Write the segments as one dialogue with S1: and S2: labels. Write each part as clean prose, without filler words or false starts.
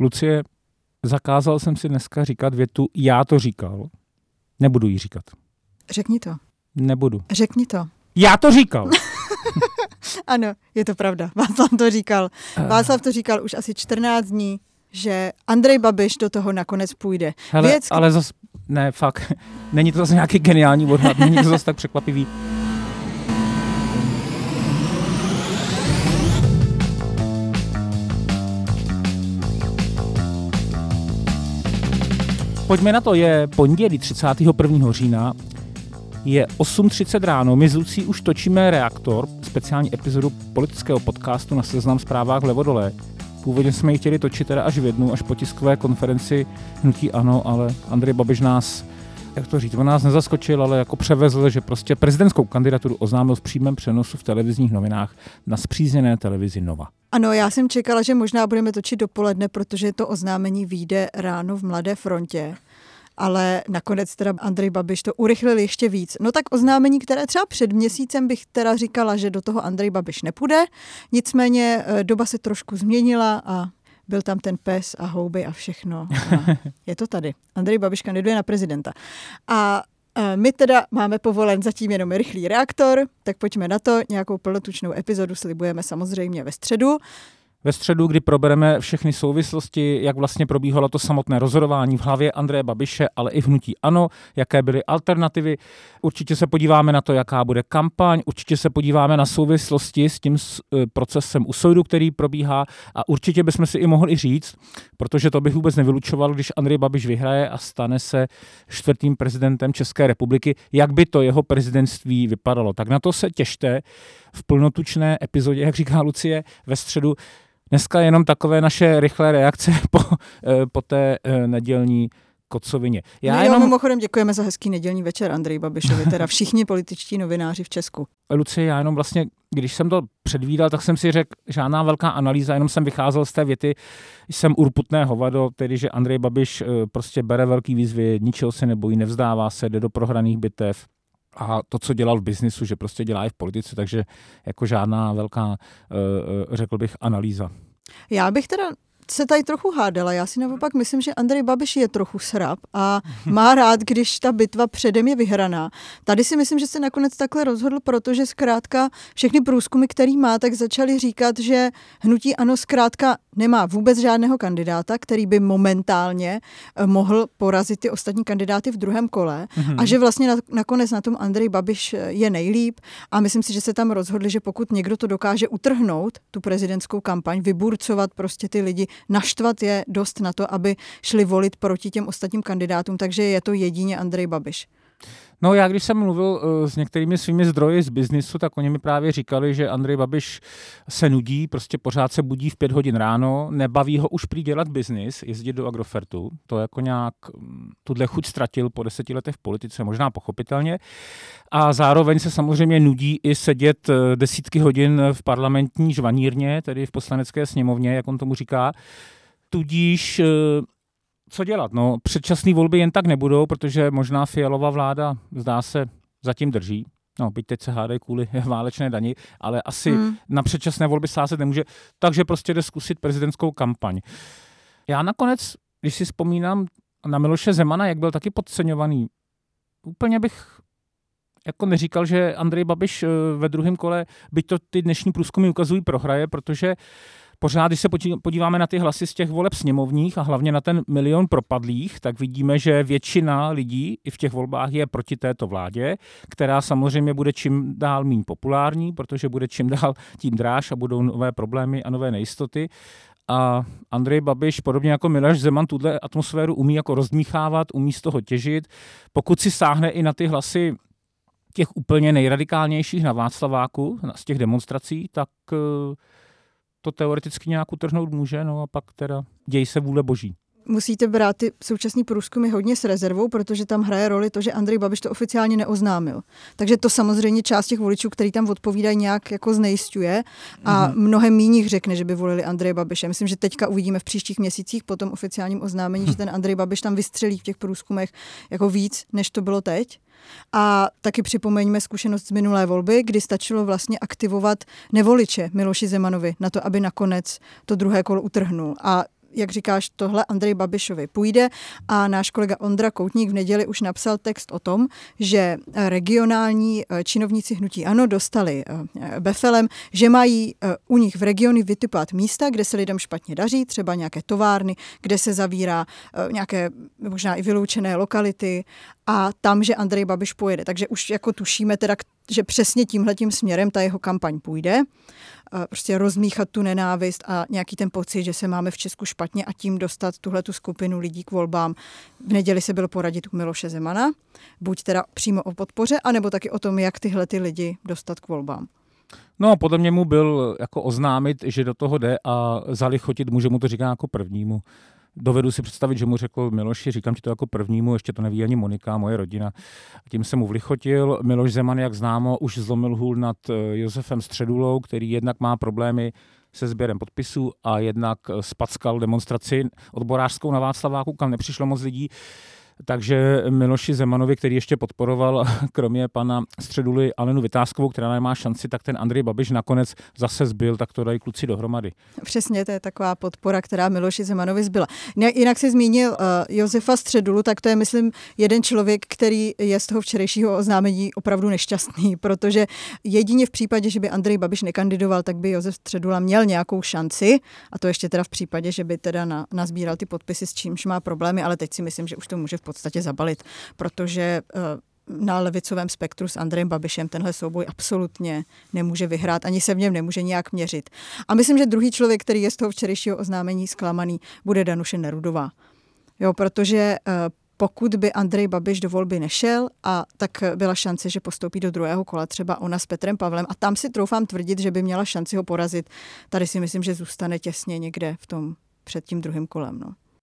S1: Lucie, zakázal jsem si dneska říkat větu já to říkal. Nebudu jí říkat.
S2: Řekni to.
S1: Nebudu.
S2: Řekni to.
S1: Já to říkal.
S2: Ano, je to pravda. Václav to říkal. Václav to říkal už asi 14 dní, že Andrej Babiš do toho nakonec půjde.
S1: Hele, ale zase, ne, fakt, není to zase nějaký geniální odhad, není to zase tak překvapivý. Pojďme na to, je pondělí 31. října, je 8:30 ráno, my s Lucí už točíme Reaktor, speciální epizodu politického podcastu na Seznam Zprávách vlevo dole. Původně jsme ji chtěli točit teda až v jednu, až po tiskové konferenci hnutí ANO, ale Andrej Babiš nás, jak to říct, on nás nezaskočil, ale jako převezl, že prostě prezidentskou kandidaturu oznámil v přímém přenosu v televizních novinách na spřízněné televizi Nova.
S2: Ano, já jsem čekala, že možná budeme točit dopoledne, protože to oznámení vyjde ráno v Mladé frontě. Ale nakonec teda Andrej Babiš to urychlil ještě víc. No tak oznámení, které třeba před měsícem bych teda říkala, že do toho Andrej Babiš nepůjde. Nicméně doba se trošku změnila a byl tam ten pes a houby a všechno. A je to tady. Andrej Babiš kandiduje na prezidenta. A my teda máme povolen zatím jenom rychlý reaktor, tak pojďme na to. Nějakou plnotučnou epizodu slibujeme samozřejmě ve středu.
S1: Ve středu, kdy probereme všechny souvislosti, jak vlastně probíhalo to samotné rozhodování v hlavě Andreje Babiše, ale i v hnutí ANO, jaké byly alternativy. Určitě se podíváme na to, jaká bude kampaň, určitě se podíváme na souvislosti s tím procesem u soudu, který probíhá a určitě bychom si i mohli říct, protože to bych vůbec nevylučoval, když Andrej Babiš vyhraje a stane se 4. prezidentem České republiky, jak by to jeho prezidentství vypadalo. Tak na to se těšte v plnotučné epizodě, jak říká Lucie, ve středu. Dneska jenom takové naše rychlé reakce po té nedělní kocovině.
S2: Mimochodem děkujeme za hezký nedělní večer Andreji Babišovi, teda všichni političtí novináři v Česku.
S1: Lucie, já jenom vlastně, když jsem to předvídal, tak jsem si řekl, žádná velká analýza, jenom jsem vycházel z té věty, jsem urputné hovado, tedy že Andrej Babiš prostě bere velký výzvy, ničeho se nebojí, nevzdává se, jde do prohraných bitev. A to, co dělal v biznisu, že prostě dělá i v politice, takže jako žádná velká, řekl bych, analýza.
S2: Já bych teda se tady trochu hádala. Já si naopak myslím, že Andrej Babiš je trochu srab a má rád, když ta bitva předem je vyhraná. Tady si myslím, že se nakonec takhle rozhodl, protože zkrátka všechny průzkumy, který má, tak začali říkat, že hnutí ANO zkrátka nemá vůbec žádného kandidáta, který by momentálně mohl porazit ty ostatní kandidáty v druhém kole a že vlastně nakonec na tom Andrej Babiš je nejlíp a myslím si, že se tam rozhodli, že pokud někdo to dokáže utrhnout, tu prezidentskou kampaň, vyburcovat prostě ty lidi, naštvat je dost na to, aby šli volit proti těm ostatním kandidátům, takže je to jedině Andrej Babiš.
S1: No já když jsem mluvil s některými svými zdroji z biznisu, tak oni mi právě říkali, že Andrej Babiš se nudí, prostě pořád se budí v 5 hodin ráno, nebaví ho už prý dělat biznis, jezdit do Agrofertu, to jako nějak tuhle chuť ztratil po 10 letech v politice, možná pochopitelně. A zároveň se samozřejmě nudí i sedět desítky hodin v parlamentní žvanírně, tedy v poslanecké sněmovně, jak on tomu říká. Tudíž co dělat? No, předčasné volby jen tak nebudou, protože možná Fialova vláda, zdá se, zatím drží. No, byť teď se hádají kvůli válečné dani, ale asi na předčasné volby sázet nemůže. Takže prostě jde zkusit prezidentskou kampaň. Já nakonec, když si vzpomínám na Miloše Zemana, jak byl taky podceňovaný, úplně bych jako neříkal, že Andrej Babiš ve druhém kole, byť to ty dnešní průzkumy ukazují, prohraje, protože pořád, když se podíváme na ty hlasy z těch voleb sněmovních a hlavně na ten 1 milion propadlých, tak vidíme, že většina lidí i v těch volbách je proti této vládě, která samozřejmě bude čím dál méně populární, protože bude čím dál tím dráž a budou nové problémy a nové nejistoty. A Andrej Babiš, podobně jako Miloš Zeman, tuhle atmosféru umí jako rozdmíchávat, umí z toho těžit. Pokud si sáhne i na ty hlasy těch úplně nejradikálnějších na Václaváku, z těch demonstrací, tak to teoreticky nějak utrhnout může, no a pak teda děj se vůle boží.
S2: Musíte brát ty současný průzkumy hodně s rezervou, protože tam hraje roli to, že Andrej Babiš to oficiálně neoznámil. Takže to samozřejmě část těch voličů, který tam odpovídají, nějak jako znejisťuje a mnohem míň řekne, že by volili Andreje Babiše. Myslím, že teďka uvidíme v příštích měsících po tom oficiálním oznámení, že ten Andrej Babiš tam vystřelí v těch průzkumech jako víc, než to bylo teď. A taky připomeňme zkušenost z minulé volby, kdy stačilo vlastně aktivovat nevoliče Miloši Zemanovi na to, aby nakonec to druhé kolo utrhnul. A jak říkáš, tohle Andreji Babišovi půjde a náš kolega Ondra Koutník v neděli už napsal text o tom, že regionální činovníci hnutí ANO dostali befelem, že mají u nich v regionu vytipovat místa, kde se lidem špatně daří, třeba nějaké továrny, kde se zavírá nějaké možná i vyloučené lokality a tam, že Andrej Babiš pojede. Takže už jako tušíme teda, že přesně tímhletím směrem ta jeho kampaň půjde. Prostě rozmíchat tu nenávist a nějaký ten pocit, že se máme v Česku špatně a tím dostat tuhletu skupinu lidí k volbám. V neděli se bylo poradit u Miloše Zemana, buď teda přímo o podpoře, anebo taky o tom, jak tyhle ty lidi dostat k volbám.
S1: No, podle mě mu byl jako oznámit, že do toho jde a zalichotit mu, že mu to říká jako prvnímu. Dovedu si představit, že mu řekl Miloši, říkám ti to jako prvnímu, ještě to neví ani Monika, moje rodina. Tím se mu vlichotil. Miloš Zeman, jak známo, už zlomil hůl nad Josefem Středulou, který jednak má problémy se sběrem podpisů a jednak spackal demonstraci odborářskou na Václaváku, kam nepřišlo moc lidí. Takže Miloši Zemanovi, který ještě podporoval kromě pana Středuly Alenu Vitáskovou, která nemá šanci, tak ten Andrej Babiš nakonec zase zbyl, tak to dají kluci dohromady.
S2: Přesně, to je taková podpora, která Miloši Zemanovi zbyla. Jinak si zmínil Josefa Středulu, tak to je, myslím, jeden člověk, který je z toho včerejšího oznámení opravdu nešťastný, protože jedině v případě, že by Andrej Babiš nekandidoval, tak by Josef Středula měl nějakou šanci, a to ještě teda v případě, že by teda nazbíral ty podpisy, s čímž má problémy, ale teď si myslím, že už to může v podstatě zabalit, protože na levicovém spektru s Andrejem Babišem tenhle souboj absolutně nemůže vyhrát, ani se v něm nemůže nějak měřit. A myslím, že druhý člověk, který je z toho včerejšího oznámení zklamaný, bude Danuše Nerudová. Jo, protože pokud by Andrej Babiš do volby nešel, a tak byla šance, že postoupí do druhého kola třeba ona s Petrem Pavlem a tam si troufám tvrdit, že by měla šanci ho porazit. Tady si myslím, že zůstane těsně někde v tom před tím druhým kolem.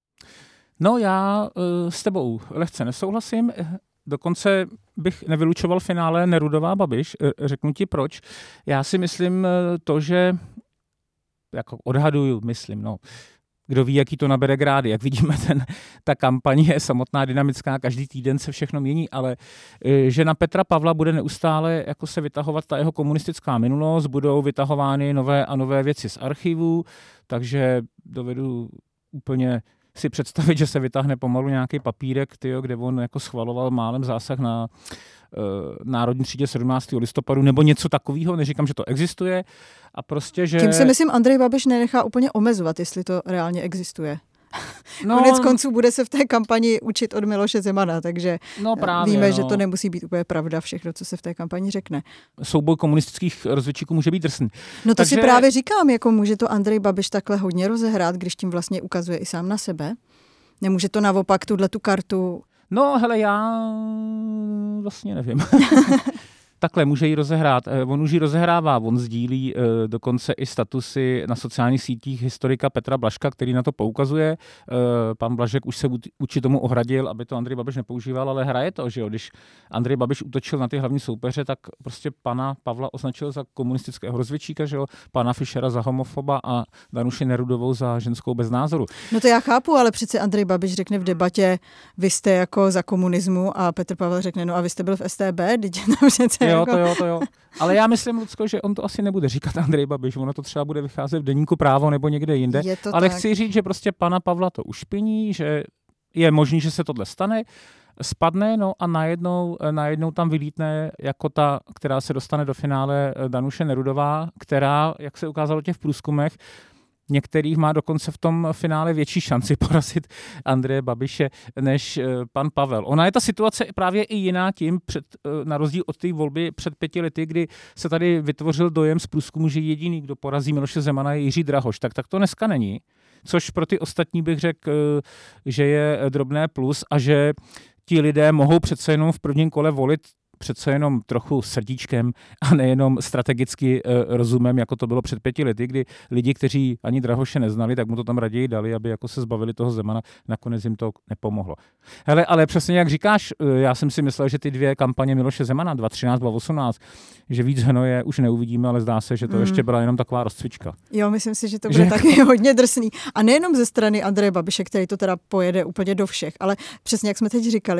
S1: No já s tebou lehce nesouhlasím, dokonce bych nevylučoval finále Nerudová Babiš, řeknu ti proč. Já si myslím to, že jako odhaduju, kdo ví, jaký to nabere grády, jak vidíme, ta kampaň je samotná dynamická, každý týden se všechno mění, ale že na Petra Pavla bude neustále jako se vytahovat ta jeho komunistická minulost, budou vytahovány nové a nové věci z archivů, takže dovedu úplně si představit, že se vytáhne pomalu nějaký papírek, kde on jako schvaloval málem zásah na Národní třídě 17. listopadu, nebo něco takového, neříkám, že to existuje. A prostě, že...
S2: Tím se myslím, Andrej Babiš nenechá úplně omezovat, jestli to reálně existuje. Konec konců bude se v té kampani učit od Miloše Zemana, takže víme, že to nemusí být úplně pravda všechno, co se v té kampani řekne.
S1: Souboj komunistických rozvědčíků může být drsný.
S2: No to si právě říkám, jako může to Andrej Babiš takhle hodně rozehrát, když tím vlastně ukazuje i sám na sebe. Nemůže to naopak tu kartu...
S1: No hele, já vlastně nevím. Takhle může ji rozehrát. On už ji rozehrává, on sdílí dokonce i statusy na sociálních sítích historika Petra Blažka, který na to poukazuje. Pan Blažek už se vůči tomu ohradil, aby to Andrej Babiš nepoužíval, ale hraje to, že jo. Když Andrej Babiš útočil na ty hlavní soupeře, tak prostě pana Pavla označil za komunistického rozvědčíka, že jo, pana Fischera za homofoba a Danuši Nerudovou za ženskou bez názoru.
S2: No to já chápu, ale přece Andrej Babiš řekne v debatě, vy jste jako za komunismu, a Petr Pavel řekne, no a vy jste byl v StB,
S1: To jo. Ale já myslím, Lucko, že on to asi nebude říkat Andrej Babiš, ono to třeba bude vycházet v deníku Právo nebo někde jinde. Ale chci říct, že prostě pana Pavla to ušpiní, že je možný, že se tohle stane, spadne, no a najednou tam vylítne jako ta, která se dostane do finále, Danuše Nerudová, která, jak se ukázalo v průzkumech, některých má dokonce v tom finále větší šanci porazit Andreje Babiše než pan Pavel. Ona je ta situace právě i jiná tím, na rozdíl od té volby před 5 lety, kdy se tady vytvořil dojem z průzkumu, že jediný, kdo porazí Miloše Zemana, je Jiří Drahoš. Tak to dneska není. Což pro ty ostatní bych řekl, že je drobné plus a že ti lidé mohou přece jenom v prvním kole volit přece jenom trochu srdíčkem a nejenom strategicky rozumem, jako to bylo před 5 lety, kdy lidi, kteří ani Drahoše neznali, tak mu to tam raději dali, aby jako se zbavili toho Zemana, nakonec jim to nepomohlo. Hele, ale přesně jak říkáš, já jsem si myslel, že ty dvě kampaně Miloše Zemana, 2013, 2018, že víc hnoje už neuvidíme, ale zdá se, že to ještě byla jenom taková rozcvička. Jo,
S2: myslím si, že to bude taky hodně drsný. A nejenom ze strany Andreje Babiše, který to teda pojede úplně do všech, ale přesně jak jsme teď říkali,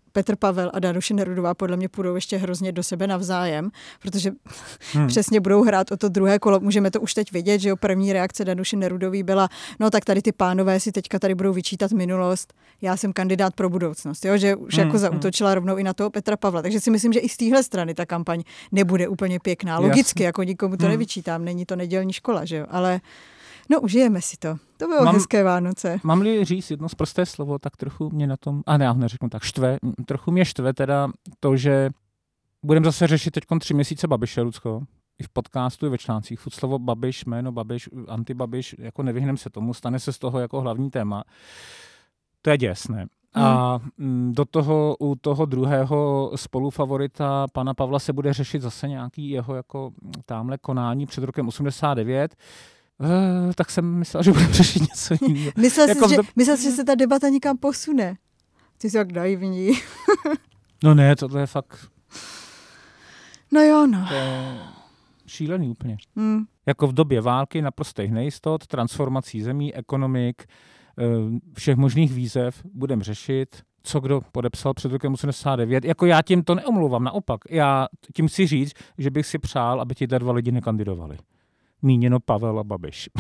S2: Petr Pavel a Danuše Nerudová podle mě půjdou ještě hrozně do sebe navzájem, protože přesně budou hrát o to druhé kolo. Můžeme to už teď vidět, že jo, první reakce Danuše Nerudový byla, no tak tady ty pánové si teďka tady budou vyčítat minulost, já jsem kandidát pro budoucnost, jo, že už jako zaútočila rovnou i na toho Petra Pavla. Takže si myslím, že i z téhle strany ta kampaň nebude úplně pěkná. Logicky, jako nikomu to nevyčítám, není to nedělní škola, že jo, ale no, užijeme si to. To bylo hezké Vánoce.
S1: Mám-li říct jedno prosté slovo, tak trochu mě na tom, a ne, já ho neřeknu tak, trochu mě štve teda to, že budeme zase řešit teď 3 měsíce Babiše, Lucko, i v podcastu, i ve článcích. Furt slovo Babiš, jméno Babiš, anti-Babiš, jako nevyhneme se tomu, stane se z toho jako hlavní téma. To je děsné. A u toho druhého spolufavorita pana Pavla se bude řešit zase nějaký jeho jako támhle konání před rokem 89. Tak jsem myslel, že budeme řešit něco jiného.
S2: Myslel jsi, že se ta debata někam posune. Ty jsi jak naivní.
S1: No ne, tohle je fakt...
S2: No jo, no.
S1: To je šílený úplně. Jako v době války, naprostých nejistot, transformací zemí, ekonomik, všech možných výzev budeme řešit, co kdo podepsal před rokem 89. Jako já tím to neomlouvám, naopak. Já tím chci říct, že bych si přál, aby ti 2 lidi nekandidovali. Míněno Pavel a Babiš.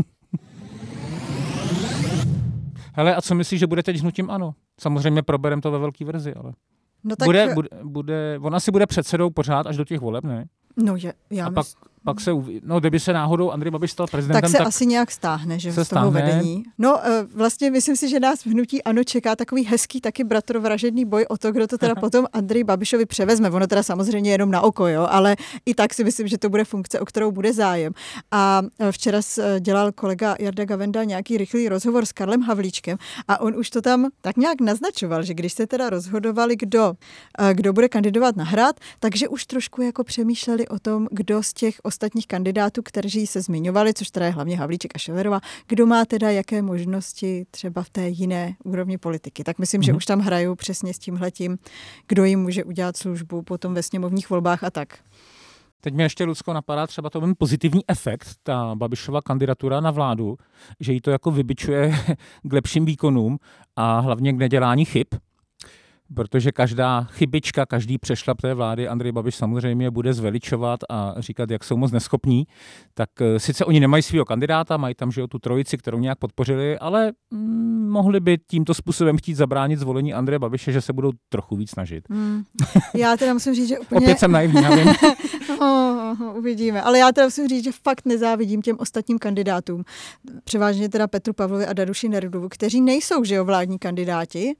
S1: Hele, a co myslíš, že bude teď hnutím ANO? Samozřejmě proberem to ve velké verzi, ale...
S2: No tak...
S1: On asi bude předsedou pořád až do těch voleb, ne?
S2: No,
S1: pak se, kdyby se náhodou Andrej Babiš stal prezidentem,
S2: tak asi nějak stáhne, že z toho vedení. No, vlastně myslím si, že nás v hnutí ANO čeká takový hezký taky bratrovražedný boj o to, kdo to teda potom Andrej Babišovi převezme. Ono teda samozřejmě jenom na oko, jo, ale i tak si myslím, že to bude funkce, o kterou bude zájem. A včera dělal kolega Jarda Gavenda nějaký rychlý rozhovor s Karlem Havlíčkem a on už to tam tak nějak naznačoval, že když se teda rozhodovali, kdo bude kandidovat na Hrad, takže už trošku jako přemýšleli o tom, kdo z těch ostatních kandidátů, kteří se zmiňovali, což teda je hlavně Havlíček a Schillerová, kdo má teda jaké možnosti třeba v té jiné úrovni politiky. Tak myslím, že už tam hrajou přesně s tímhletím, kdo jim může udělat službu potom ve sněmovních volbách a tak.
S1: Teď mě ještě, Lucko, napadá třeba to ten pozitivní efekt, ta Babišova kandidatura na vládu, že jí to jako vybičuje k lepším výkonům a hlavně k nedělání chyb. Protože každá chybička, každý přešlap té vlády Andrej Babiš samozřejmě bude zveličovat a říkat, jak jsou moc neschopní. Tak sice oni nemají svého kandidáta, mají tam tu trojici, kterou nějak podpořili, ale mohli by tímto způsobem chtít zabránit zvolení Andreje Babiše, že se budou trochu víc snažit.
S2: Já teda musím říct, že úplně...
S1: Opět jsem naivní, já vím.
S2: Uvidíme. Ale já teda musím říct, že fakt nezávidím těm ostatním kandidátům. Převážně teda Petru Pavlovi a Danuši Nerudovu, kteří nejsou, že jo, vládní kandidáti,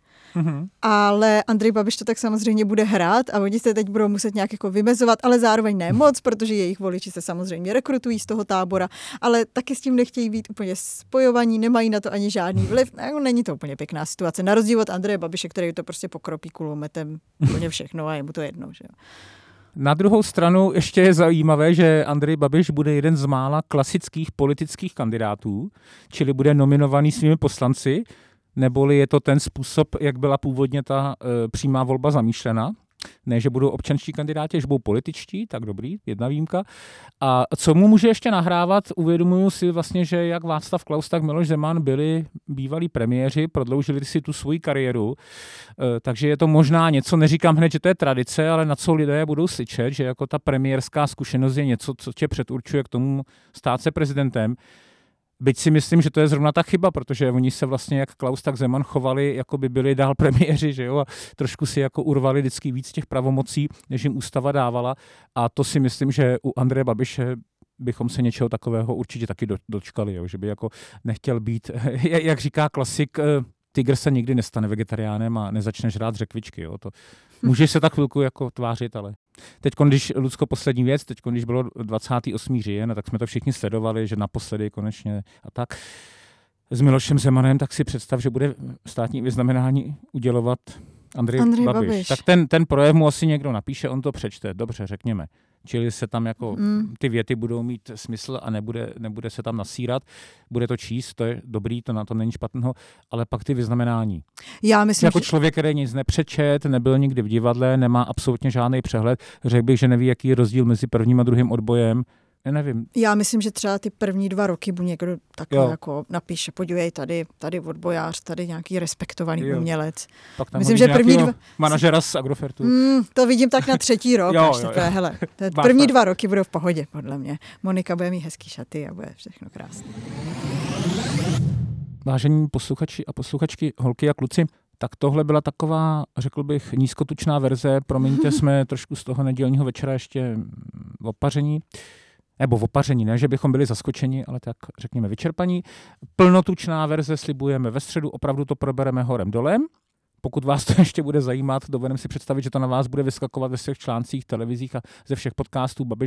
S2: ale Andrej Babiš to tak samozřejmě bude hrát a oni se teď budou muset nějak jako vymezovat, ale zároveň ne moc, protože jejich voliči se samozřejmě rekrutují z toho tábora, ale taky s tím nechtějí být úplně spojovaní, nemají na to ani žádný vliv. Není to úplně pěkná situace. Na rozdíl od Andreje Babiše, který to prostě pokropí kulometem úplně všechno a je mu to jedno, že jo.
S1: Na druhou stranu ještě je zajímavé, že Andrej Babiš bude jeden z mála klasických politických kandidátů, čili bude nominovaný svými poslanci, neboli je to ten způsob, jak byla původně ta přímá volba zamýšlena. Ne, že budou občanští kandidáti, že budou političtí, tak dobrý, jedna výjimka. A co mu může ještě nahrávat, uvědomuju si vlastně, že jak Václav Klaus, tak Miloš Zeman byli bývalí premiéři, prodloužili si tu svoji kariéru, takže je to možná něco, neříkám hned, že to je tradice, ale na co lidé budou slyšet, že jako ta premiérská zkušenost je něco, co tě předurčuje k tomu stát se prezidentem. Byť si myslím, že to je zrovna ta chyba, protože oni se vlastně jak Klaus, tak Zeman chovali, jako by byli dál premiéři, že jo, a trošku si jako urvali vždycky víc těch pravomocí, než jim ústava dávala. A to si myslím, že u Andreje Babiše bychom se něčeho takového určitě taky dočkali, jo, že by jako nechtěl být, jak říká klasik, tygr se nikdy nestane vegetariánem a nezačne žrát řekvičky, jo, to můžeš se tak chvilku jako tvářit, ale teď, když, Lucko, poslední věc, teď, když bylo 28. říjen, tak jsme to všichni sledovali, že naposledy konečně a tak. S Milošem Zemanem, tak si představ, že bude státní vyznamenání udělovat Andrej Babiš. Tak ten projev mu asi někdo napíše, on to přečte, dobře, řekněme. Čili se tam jako ty věty budou mít smysl a nebude se tam nasírat, bude to číst, to je dobrý, to na to není špatného, ale pak ty vyznamenání.
S2: Já myslím,
S1: jako člověk, který nic nepřečet, nebyl nikdy v divadle, nemá absolutně žádný přehled, řekl bych, že neví, jaký je rozdíl mezi prvním a druhým odbojem, Já nevím.
S2: Já myslím, že třeba ty první 2 roky bude někdo takhle jako napíše, podívej, tady odbojář, tady nějaký respektovaný umělec.
S1: Pak tam
S2: myslím, že první
S1: manažera z Agrofertu.
S2: To vidím tak na 3. rok. Takové, hele, první 2 roky budou v pohodě, podle mě. Monika bude mít hezký šaty a bude všechno krásné.
S1: Vážení posluchači a posluchačky, holky a kluci, tak tohle byla taková, řekl bych, nízkotučná verze. Promiňte, jsme trošku z toho nedělního večera ještě opaření. Nebo opaření, ne, že bychom byli zaskočeni, ale tak řekněme vyčerpaní. Plnotučná verze slibujeme ve středu, opravdu to probereme horem dolem. Pokud vás to ještě bude zajímat, dovedeme si představit, že to na vás bude vyskakovat ve všech článcích, televizích a ze všech podcastů Babiš.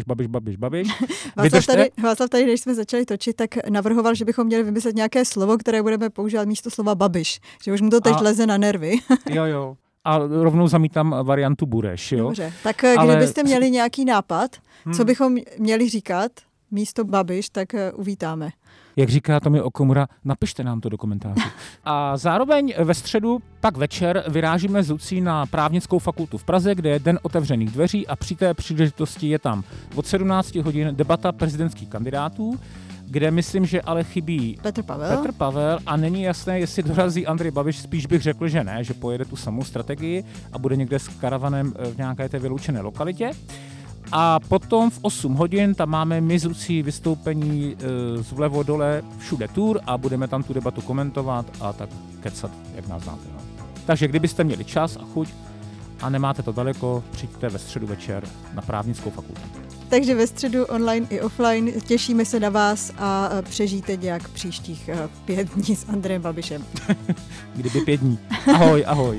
S2: Václav tady, když jsme začali točit, tak navrhoval, že bychom měli vymyslet nějaké slovo, které budeme používat místo slova Babiš. Že už mu to teď leze na nervy.
S1: Jo. A rovnou zamítám variantu Bureš, jo?
S2: Dobře, tak kdybyste měli nějaký nápad, co bychom měli říkat místo Babiš, tak uvítáme.
S1: Jak říká Tomio Okamura, napište nám to do komentářů. A zároveň ve středu, pak večer, vyrážíme s Lucí na Právnickou fakultu v Praze, kde je den otevřených dveří a při té příležitosti je tam od 17 hodin debata prezidentských kandidátů, kde myslím, že ale chybí Petr Pavel a není jasné, jestli dorazí Andrej Babiš, spíš bych řekl, že ne, že pojede tu samou strategii a bude někde s karavanem v nějaké té vyloučené lokalitě. A potom v 8 hodin tam máme my s Lucí vystoupení z vlevo dole všude tour a budeme tam tu debatu komentovat a tak kecat, jak nás znáte. No. Takže kdybyste měli čas a chuť a nemáte to daleko, přijďte ve středu večer na Právnickou fakultu.
S2: Takže ve středu online i offline těšíme se na vás a přežijte nějak příštích 5 dní s Andrejem Babišem.
S1: Kdyby 5 dní. Ahoj.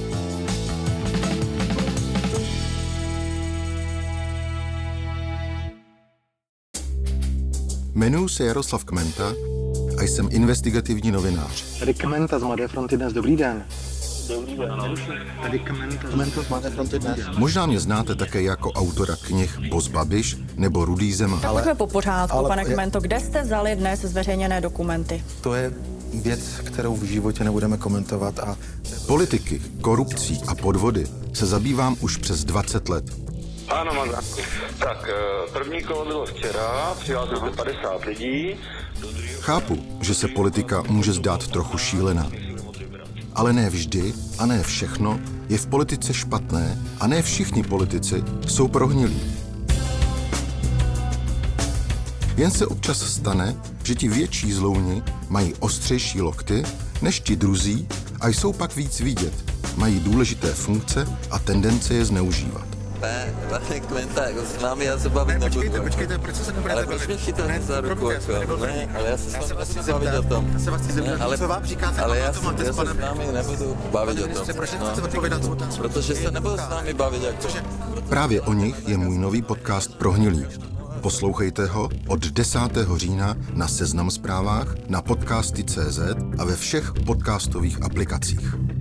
S3: Jmenuji se Jaroslav Kmenta a jsem investigativní novinář.
S4: Tady Kmenta z Mladé fronty dnes, dobrý den.
S3: Tady Kmenta z Mladé fronty dnes. Možná mě znáte také jako autora knih Boss Babiš nebo Rudý Zeman.
S5: Tak pojďme po pořádku, pane Kmento, kde jste vzali dnes zveřejněné dokumenty?
S4: To je věc, kterou v životě nebudeme komentovat a...
S3: Politiky, korupcí a podvody se zabývám už přes 20 let.
S6: Ano, mám. Tak, první kolo bylo včera, přihlásilo se 50 lidí.
S3: Chápu, že se politika může zdát trochu šílená. Ale ne vždy a ne všechno je v politice špatné a ne všichni politici jsou prohnilí. Jen se občas stane, že ti větší zlouni mají ostřejší lokty než ti druzí a jsou pak víc vidět. Mají důležité funkce a tendence je zneužívat.
S7: Ne, pane Kmenta, jako s vámi já se bavit nebudu.
S4: Počkejte, proč se nebudete bavit?
S7: Ale proč mě chytáte za ruku, jako? Ne, ale já se s vámi nechci bavit o tom.
S4: Já se vás chci zeptat, co vám říkáte?
S7: Ale já se s vámi nebudu bavit o tom.
S4: Proč nechcete odpovědat z otázku?
S7: Protože se nebudu s vámi bavit, jako.
S3: Právě o nich je můj nový podcast Prohnilí. Poslouchejte ho od 10. října na Seznam Zprávách, na podcasty.cz a ve všech podcastových aplikacích.